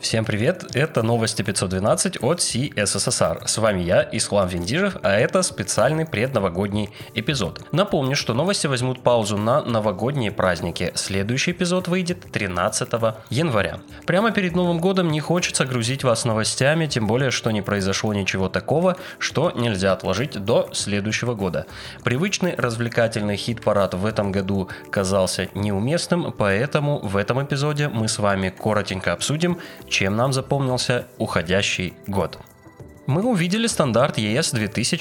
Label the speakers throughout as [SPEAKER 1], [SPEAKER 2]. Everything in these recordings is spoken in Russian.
[SPEAKER 1] Всем привет, это новости 512 от CSSR. С вами я, Ислам Виндижев, а это специальный предновогодний эпизод. Напомню, что новости возьмут паузу на новогодние праздники. Следующий эпизод выйдет 13 января. Прямо перед Новым годом не хочется грузить вас новостями, тем более, что не произошло ничего такого, что нельзя отложить до следующего года. Привычный развлекательный хит-парад в этом году казался неуместным, поэтому в этом эпизоде мы с вами коротенько обсудим, чем нам запомнился уходящий год. Мы увидели стандарт ES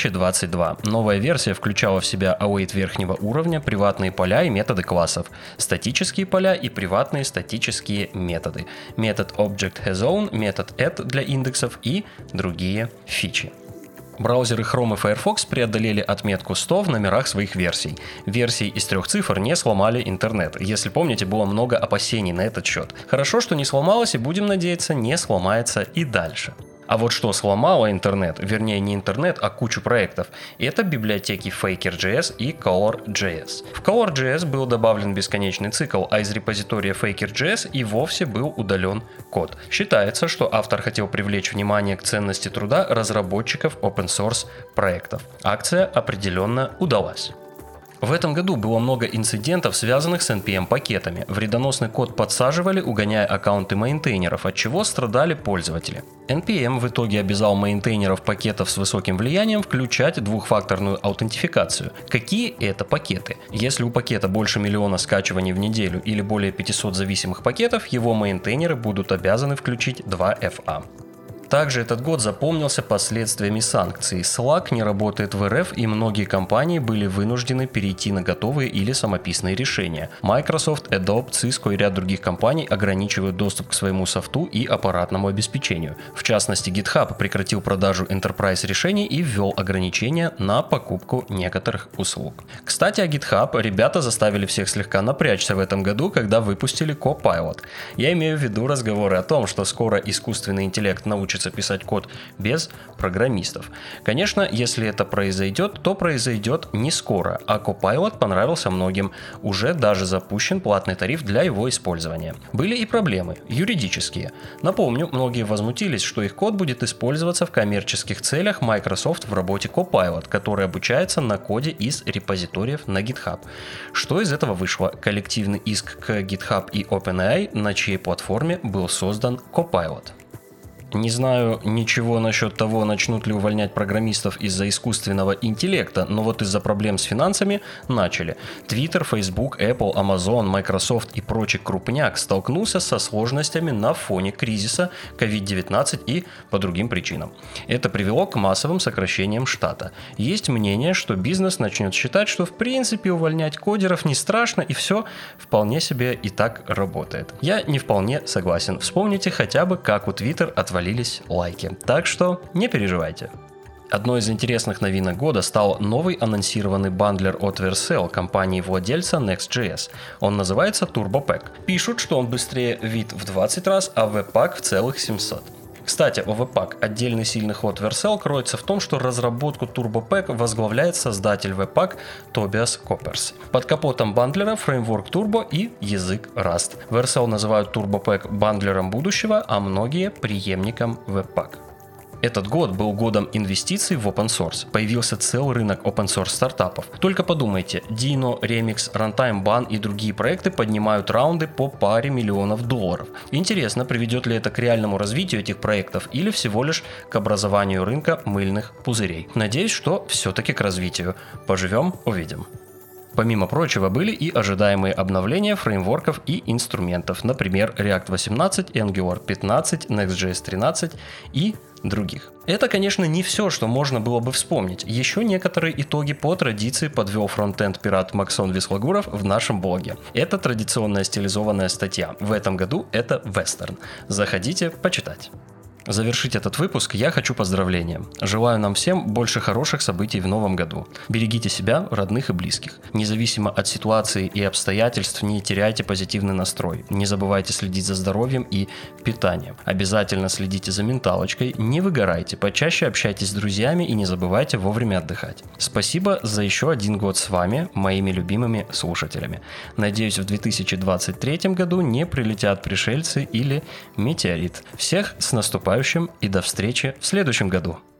[SPEAKER 1] 2022. Новая версия включала в себя await верхнего уровня, приватные поля и методы классов, статические поля и приватные статические методы, метод object_has_own, метод add для индексов и другие фичи. Браузеры Chrome и Firefox преодолели отметку 100 в номерах своих версий. Версии из 3 цифр не сломали интернет. Если помните, было много опасений на этот счет. Хорошо, что не сломалось, и будем надеяться, не сломается и дальше. А вот что сломало интернет, вернее не интернет, а кучу проектов, это библиотеки Faker.js и Color.js. В Color.js был добавлен бесконечный цикл, а из репозитория Faker.js и вовсе был удален код. Считается, что автор хотел привлечь внимание к ценности труда разработчиков open source проектов. Акция определенно удалась. В этом году было много инцидентов, связанных с NPM-пакетами. Вредоносный код подсаживали, угоняя аккаунты мейнтейнеров, от чего страдали пользователи. NPM в итоге обязал мейнтейнеров пакетов с высоким влиянием включать двухфакторную аутентификацию. Какие это пакеты? Если у пакета больше миллиона скачиваний в неделю или более 500 зависимых пакетов, его мейнтейнеры будут обязаны включить 2FA. Также этот год запомнился последствиями санкций. Slack не работает в РФ, и многие компании были вынуждены перейти на готовые или самописные решения. Microsoft, Adobe, Cisco и ряд других компаний ограничивают доступ к своему софту и аппаратному обеспечению. В частности, GitHub прекратил продажу Enterprise решений и ввел ограничения на покупку некоторых услуг. Кстати, о GitHub ребята заставили всех слегка напрячься в этом году, когда выпустили Copilot. Я имею в виду разговоры о том, что скоро искусственный интеллект научится писать код без программистов. Конечно, если это произойдет, то произойдет не скоро, а Copilot понравился многим. Уже даже запущен платный тариф для его использования. Были и проблемы, юридические. Напомню, многие возмутились, что их код будет использоваться в коммерческих целях Microsoft в работе Copilot, который обучается на коде из репозиториев на GitHub. Что из этого вышло? Коллективный иск к GitHub и OpenAI, на чьей платформе был создан Copilot. Не знаю ничего насчет того, начнут ли увольнять программистов из-за искусственного интеллекта, но вот из-за проблем с финансами начали. Twitter, Facebook, Apple, Amazon, Microsoft и прочий крупняк столкнулся со сложностями на фоне кризиса COVID-19 и по другим причинам. Это привело к массовым сокращениям штата. Есть мнение, что бизнес начнет считать, что в принципе увольнять кодеров не страшно и все вполне себе и так работает. Я не вполне согласен. Вспомните хотя бы, как у Twitter отвалились лайки. Так что не переживайте. Одной из интересных новинок года стал новый анонсированный бандлер от Vercel, компании-владельца Next.js. Он называется TurboPack. Пишут, что он быстрее вид в 20 раз, а Webpack в целых 700. Кстати, о Webpack. Отдельный сильный ход Vercel кроется в том, что разработку TurboPack возглавляет создатель Webpack Tobias Coppers. Под капотом бандлера фреймворк Turbo и язык Rust. Vercel называют TurboPack бандлером будущего, а многие преемником Webpack. Этот год был годом инвестиций в open source. Появился целый рынок open source стартапов. Только подумайте, Dino, Remix, Runtime Ban и другие проекты поднимают раунды по паре миллионов долларов. Интересно, приведет ли это к реальному развитию этих проектов или всего лишь к образованию рынка мыльных пузырей. Надеюсь, что все-таки к развитию. Поживем, увидим. Помимо прочего, были и ожидаемые обновления фреймворков и инструментов, например, React 18, Angular 15, Next.js 13 и других. Это, конечно, не все, что можно было бы вспомнить. Еще некоторые итоги по традиции подвел фронтенд-пират Максон Вислагуров в нашем блоге. Это традиционная стилизованная статья. В этом году это вестерн. Заходите почитать. Завершить этот выпуск я хочу поздравлением. Желаю нам всем больше хороших событий в новом году. Берегите себя, родных и близких. Независимо от ситуации и обстоятельств, не теряйте позитивный настрой. Не забывайте следить за здоровьем и питанием. Обязательно следите за менталочкой, не выгорайте, почаще общайтесь с друзьями и не забывайте вовремя отдыхать. Спасибо за еще один год с вами, моими любимыми слушателями. Надеюсь, в 2023 году не прилетят пришельцы или метеорит. Всех с наступающим и до встречи в следующем году.